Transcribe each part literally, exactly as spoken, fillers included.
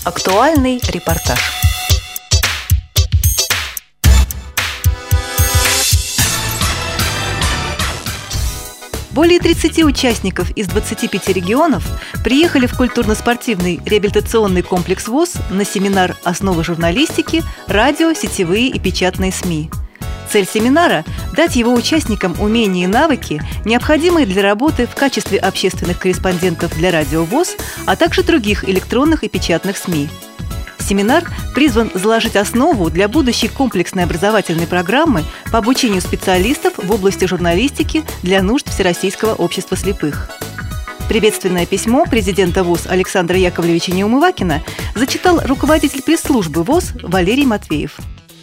Актуальный репортаж. Более тридцати участников из двадцати пяти регионов приехали в культурно-спортивный реабилитационный комплекс ВОС на семинар «Основы журналистики. Радио, сетевые и печатные СМИ». Цель семинара – дать его участникам умения и навыки, необходимые для работы в качестве общественных корреспондентов для Радио ВОС, а также других электронных и печатных СМИ. Семинар призван заложить основу для будущей комплексной образовательной программы по обучению специалистов в области журналистики для нужд Всероссийского общества слепых. Приветственное письмо президента ВОС Александра Яковлевича Неумывакина зачитал руководитель пресс-службы ВОС Валерий Матвеев.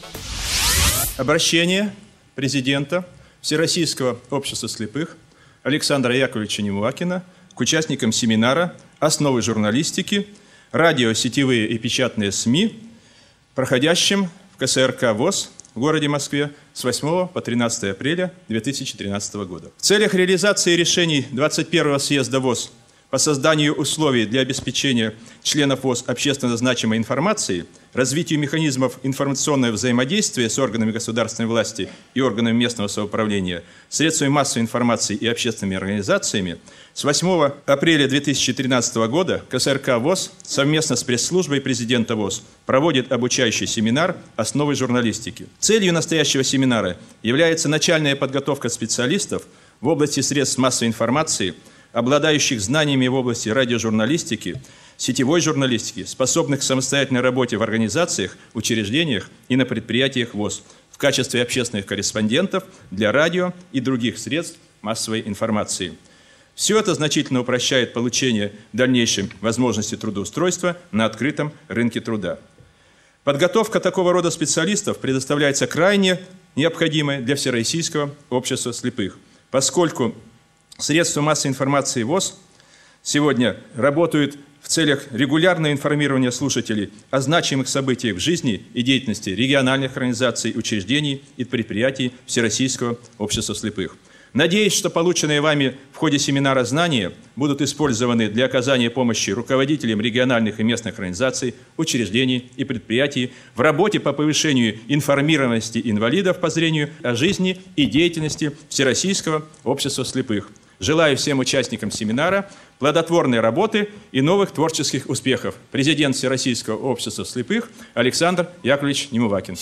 Обращение президента Всероссийского общества слепых Александра Яковлевича Неумывакина к участникам семинара «Основы журналистики. Радио, сетевые и печатные СМИ», проходящим в ка эс эр ка ВОС в городе Москве с восьмого по тринадцатое апреля две тысячи тринадцатого года. В целях реализации решений двадцать первого съезда ВОС по созданию условий для обеспечения членов ВОС общественно значимой информацией, развитию механизмов информационного взаимодействия с органами государственной власти и органами местного самоуправления, средствами массовой информации и общественными организациями, с восьмого апреля две тысячи тринадцатого года ка эс эр ка ВОС совместно с пресс-службой президента ВОС проводит обучающий семинар «Основы журналистики». Целью настоящего семинара является начальная подготовка специалистов в области средств массовой информации, обладающих знаниями в области радиожурналистики, сетевой журналистики, способных к самостоятельной работе в организациях, учреждениях и на предприятиях ВОС в качестве общественных корреспондентов для радио и других средств массовой информации. Все это значительно упрощает получение в дальнейшем возможности трудоустройства на открытом рынке труда. Подготовка такого рода специалистов предоставляется крайне необходимой для Всероссийского общества слепых, поскольку средства массовой информации ВОС сегодня работают в целях регулярного информирования слушателей о значимых событиях в жизни и деятельности региональных организаций, учреждений и предприятий Всероссийского общества слепых. Надеюсь, что полученные вами в ходе семинара знания будут использованы для оказания помощи руководителям региональных и местных организаций, учреждений и предприятий в работе по повышению информированности инвалидов по зрению о жизни и деятельности Всероссийского общества слепых. Желаю всем участникам семинара плодотворной работы и новых творческих успехов. Президент Всероссийского общества слепых Александр Яковлевич Неумывакин.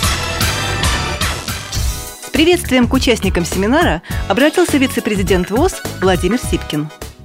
С приветствием к участникам семинара обратился вице-президент ВОС Владимир Сипкин.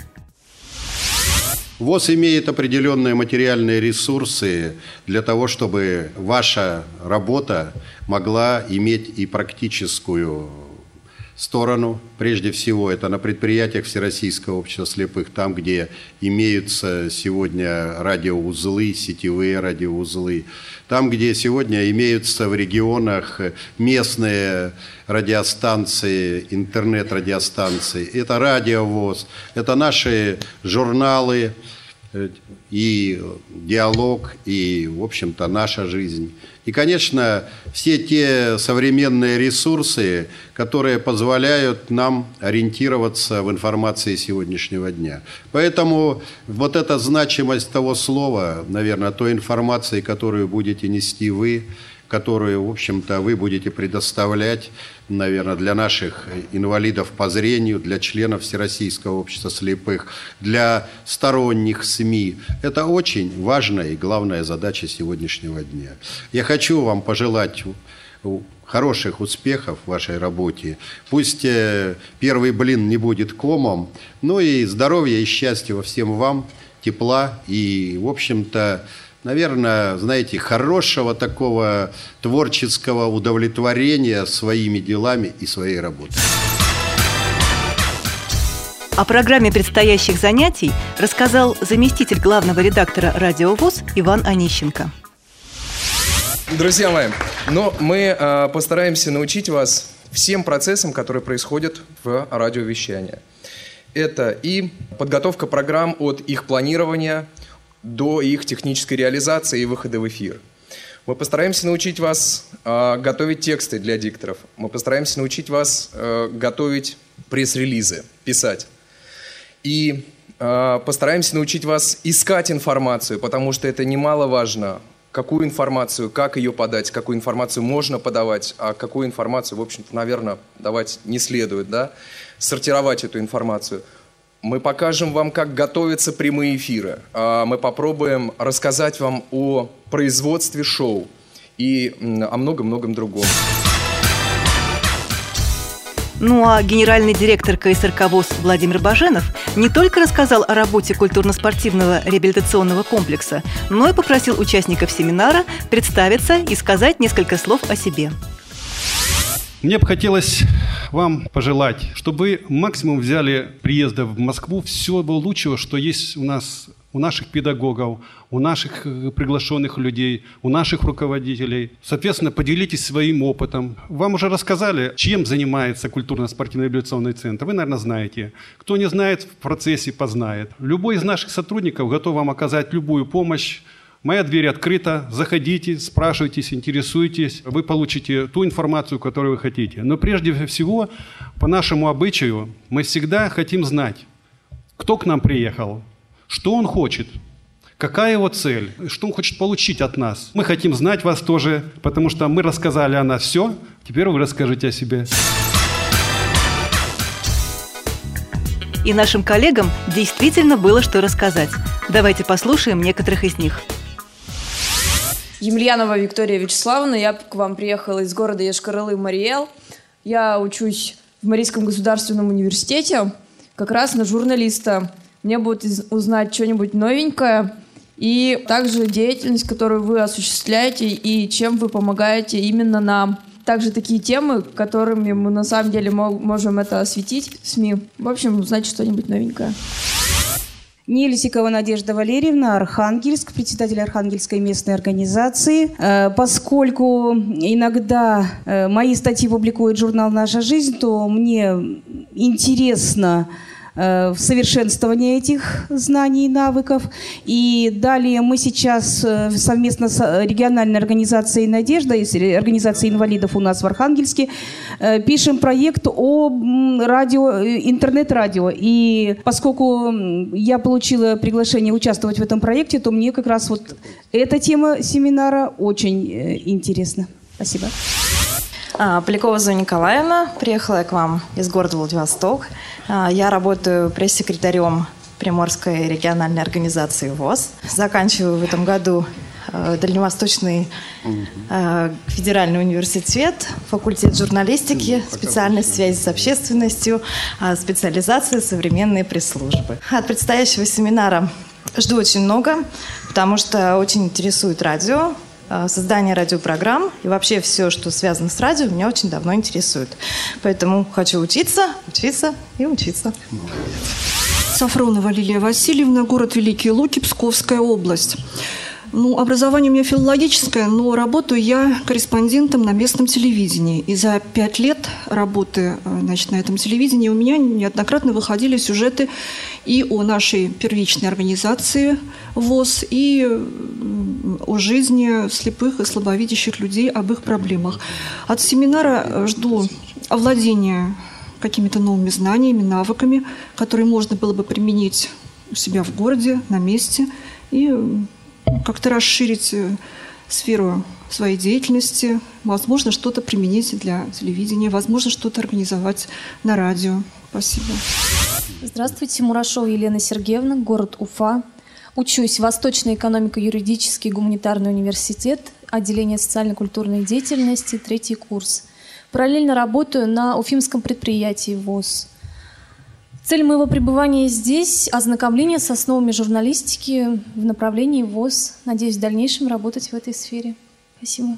ВОС имеет определенные материальные ресурсы для того, чтобы ваша работа могла иметь и практическую сторону. Прежде всего, это на предприятиях Всероссийского общества слепых, там, где имеются сегодня радиоузлы, сетевые радиоузлы, там, где сегодня имеются в регионах местные радиостанции, интернет-радиостанции. Это Радио ВОС, это наши журналы, и диалог, и, в общем-то, наша жизнь. И, конечно, все те современные ресурсы, которые позволяют нам ориентироваться в информации сегодняшнего дня. Поэтому вот эта значимость того слова, наверное, той информации, которую будете нести вы, которую, в общем-то, вы будете предоставлять, наверное, для наших инвалидов по зрению, для членов Всероссийского общества слепых, для сторонних СМИ. Это очень важная и главная задача сегодняшнего дня. Я хочу вам пожелать хороших успехов в вашей работе. Пусть первый блин не будет комом, но и здоровья и счастья всем вам, тепла и, в общем-то, наверное, знаете, хорошего такого творческого удовлетворения своими делами и своей работой. О программе предстоящих занятий рассказал заместитель главного редактора Радио ВОС Иван Онищенко. Друзья мои, ну, мы э, постараемся научить вас всем процессам, которые происходят в радиовещании. Это и подготовка программ от их планирования до их технической реализации и выхода в эфир. Мы постараемся научить вас э, готовить тексты для дикторов. Мы постараемся научить вас э, готовить пресс-релизы, писать. И Постараемся научить вас искать информацию, потому что это немаловажно. Какую информацию, как ее подать, какую информацию можно подавать, а какую информацию, в общем-то, наверное, давать не следует, да? Сортировать эту информацию. Мы покажем вам, как готовятся прямые эфиры. Мы попробуем рассказать вам о производстве шоу и о многом-многом другом. Ну а генеральный директор ка эс эр ка ВОС Владимир Баженов не только рассказал о работе культурно-спортивного реабилитационного комплекса, но и попросил участников семинара представиться и сказать несколько слов о себе. Мне бы хотелось вам пожелать, чтобы вы максимум взяли приезда в Москву всего лучшего, что есть у нас, у наших педагогов, у наших приглашенных людей, у наших руководителей. Соответственно, поделитесь своим опытом. Вам уже рассказали, чем занимается культурно-спортивный реабилитационный центр. Вы, наверное, знаете. Кто не знает, в процессе познает. Любой из наших сотрудников готов вам оказать любую помощь. Моя дверь открыта, заходите, спрашивайтесь, интересуйтесь, вы получите ту информацию, которую вы хотите. Но прежде всего, по нашему обычаю, мы всегда хотим знать, кто к нам приехал, что он хочет, какая его цель, что он хочет получить от нас. Мы хотим знать вас тоже, потому что мы рассказали о нас все, теперь вы расскажите о себе. И нашим коллегам действительно было что рассказать. Давайте послушаем некоторых из них. Емельянова Виктория Вячеславовна, я к вам приехала из города Йошкар-Олы, Марий Эл. Я учусь в Марийском государственном университете, как раз на журналиста. Мне будет узнать что-нибудь новенькое и также деятельность, которую вы осуществляете и чем вы помогаете именно нам. Также такие темы, которыми мы на самом деле можем это осветить в СМИ. В общем, узнать что-нибудь новенькое. Нелисикова Надежда Валерьевна, Архангельск, председатель Архангельской местной организации. Поскольку иногда мои статьи публикует журнал «Наша жизнь», то мне интересно в совершенствовании этих знаний и навыков. И далее мы сейчас совместно с региональной организацией «Надежда» и организацией инвалидов у нас в Архангельске пишем проект о радио, интернет-радио. И поскольку я получила приглашение участвовать в этом проекте, то мне как раз вот эта тема семинара очень интересна. Спасибо. Полякова Зоя Николаевна. Приехала я к вам из города Владивосток. Я работаю пресс-секретарем Приморской региональной организации ВОС. Заканчиваю в этом году Дальневосточный федеральный университет, факультет журналистики, специальность связи с общественностью, специализация современные пресс-службы. От предстоящего семинара жду очень много, потому что очень интересует радио, создание радиопрограмм и вообще все, что связано с радио, меня очень давно интересует. Поэтому хочу учиться, учиться и учиться. Сафронова Лилия Васильевна, город Великие Луки, Псковская область. Ну, образование у меня филологическое, но работаю я корреспондентом на местном телевидении. И за пять лет работы, значит, на этом телевидении у меня неоднократно выходили сюжеты и о нашей первичной организации ВОС, и о жизни слепых и слабовидящих людей, об их проблемах. От семинара жду овладения какими-то новыми знаниями, навыками, которые можно было бы применить у себя в городе, на месте, и как-то расширить сферу своей деятельности, возможно, что-то применить для телевидения, возможно, что-то организовать на радио. Спасибо. Здравствуйте, Мурашова Елена Сергеевна, город Уфа. Учусь в Восточный экономико-юридический гуманитарный университет, отделение социально-культурной деятельности, третий курс. Параллельно работаю на уфимском предприятии ВОС. Цель моего пребывания здесь – ознакомление с основами журналистики в направлении ВОС. Надеюсь, в дальнейшем работать в этой сфере. Спасибо.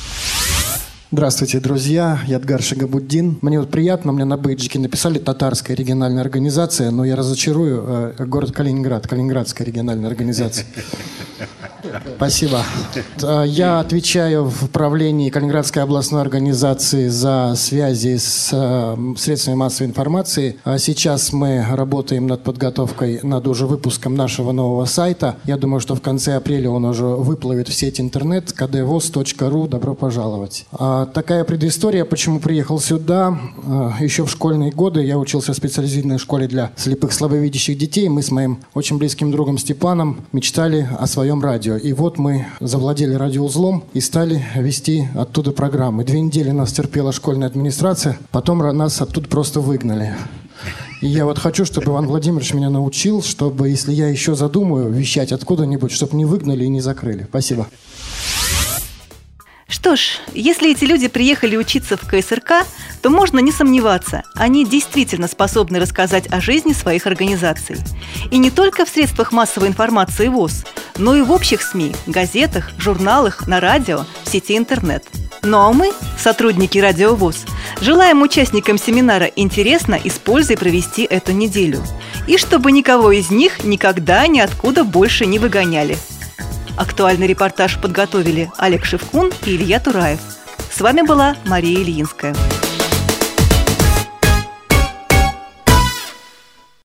Здравствуйте, друзья. Я Эдгар Шагабуддин. Мне вот приятно, мне на бейджике написали «Татарская региональная организация», но я разочарую, город Калининград, Калининградская региональная организация. Спасибо. Я отвечаю в правлении Калининградской областной организации за связи с средствами массовой информации. Сейчас мы работаем над подготовкой, над уже выпуском нашего нового сайта. Я думаю, что в конце апреля он уже выплывет в сеть интернет ка дэ воз точка ру. Добро пожаловать. Такая предыстория, почему приехал сюда. Еще в школьные годы я учился в специализированной школе для слепых слабовидящих детей. Мы с моим очень близким другом Степаном мечтали о своем радио. И вот мы завладели радиоузлом и стали вести оттуда программы. Две недели нас терпела школьная администрация, потом нас оттуда просто выгнали. И я вот хочу, чтобы Иван Владимирович меня научил, чтобы, если я еще задумаю вещать откуда-нибудь, чтобы не выгнали и не закрыли. Спасибо. Что ж, если эти люди приехали учиться в ка эс эр ка, то можно не сомневаться, они действительно способны рассказать о жизни своих организаций. И не только в средствах массовой информации ВОС, но и в общих СМИ, газетах, журналах, на радио, в сети интернет. Ну а мы, сотрудники Радио ВОС, желаем участникам семинара интересно и с пользой провести эту неделю. И чтобы никого из них никогда ниоткуда больше не выгоняли. Актуальный репортаж подготовили Олег Шевкун и Илья Тураев. С вами была Мария Ильинская.